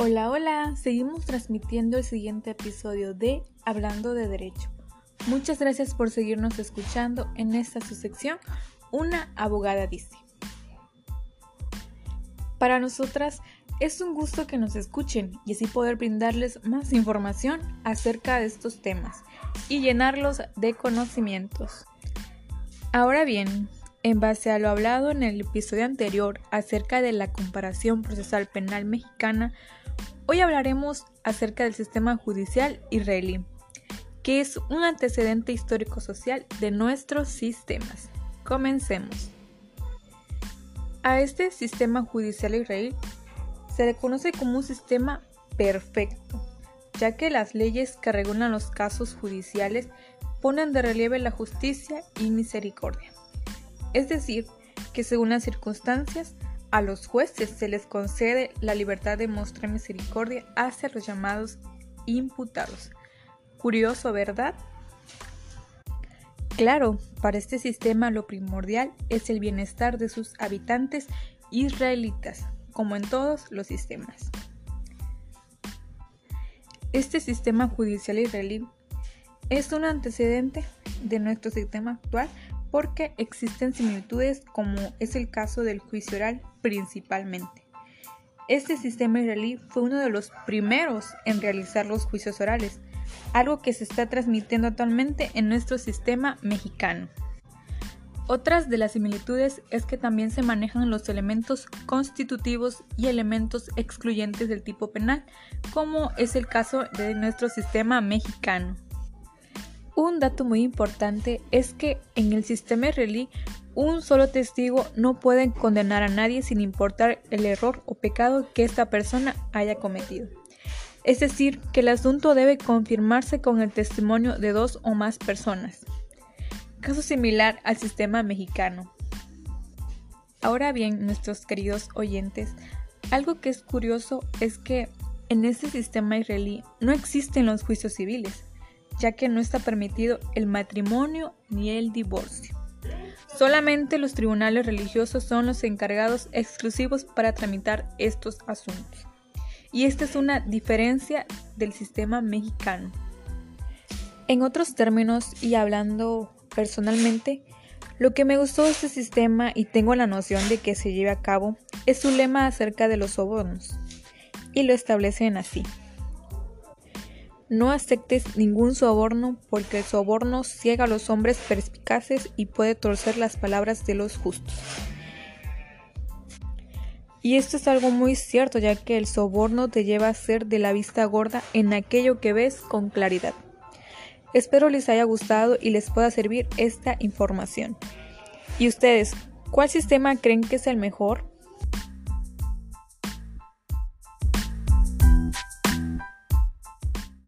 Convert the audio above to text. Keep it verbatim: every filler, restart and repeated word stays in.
Hola, hola, seguimos transmitiendo el siguiente episodio de Hablando de Derecho. Muchas gracias por seguirnos escuchando en esta su sección, Una abogada dice. Para nosotras es un gusto que nos escuchen y así poder brindarles más información acerca de estos temas y llenarlos de conocimientos. Ahora bien, en base a lo hablado en el episodio anterior acerca de la comparación procesal penal mexicana, hoy hablaremos acerca del sistema judicial israelí, que es un antecedente histórico-social de nuestros sistemas. Comencemos. A este sistema judicial israelí se le conoce como un sistema perfecto, ya que las leyes que regulan los casos judiciales ponen de relieve la justicia y misericordia. Es decir, que según las circunstancias, a los jueces se les concede la libertad de mostrar misericordia hacia los llamados imputados. Curioso, ¿verdad? Claro, para este sistema lo primordial es el bienestar de sus habitantes israelitas, como en todos los sistemas. Este sistema judicial israelí es un antecedente de nuestro sistema actual porque existen similitudes como es el caso del juicio oral principalmente. Este sistema israelí fue uno de los primeros en realizar los juicios orales, algo que se está transmitiendo actualmente en nuestro sistema mexicano. Otras de las similitudes es que también se manejan los elementos constitutivos y elementos excluyentes del tipo penal, como es el caso de nuestro sistema mexicano. Un dato muy importante es que en el sistema israelí un solo testigo no puede condenar a nadie sin importar el error o pecado que esta persona haya cometido. Es decir, que el asunto debe confirmarse con el testimonio de dos o más personas. Caso similar al sistema mexicano. Ahora bien, nuestros queridos oyentes, algo que es curioso es que en este sistema israelí no existen los juicios civiles, ya que no está permitido el matrimonio ni el divorcio. Solamente los tribunales religiosos son los encargados exclusivos para tramitar estos asuntos. Y esta es una diferencia del sistema mexicano. En otros términos, y hablando personalmente, lo que me gustó de este sistema y tengo la noción de que se lleve a cabo es su lema acerca de los sobornos. Y lo establecen así. No aceptes ningún soborno porque el soborno ciega a los hombres perspicaces y puede torcer las palabras de los justos. Y esto es algo muy cierto, ya que el soborno te lleva a ser de la vista gorda en aquello que ves con claridad. Espero les haya gustado y les pueda servir esta información. ¿Y ustedes, cuál sistema creen que es el mejor?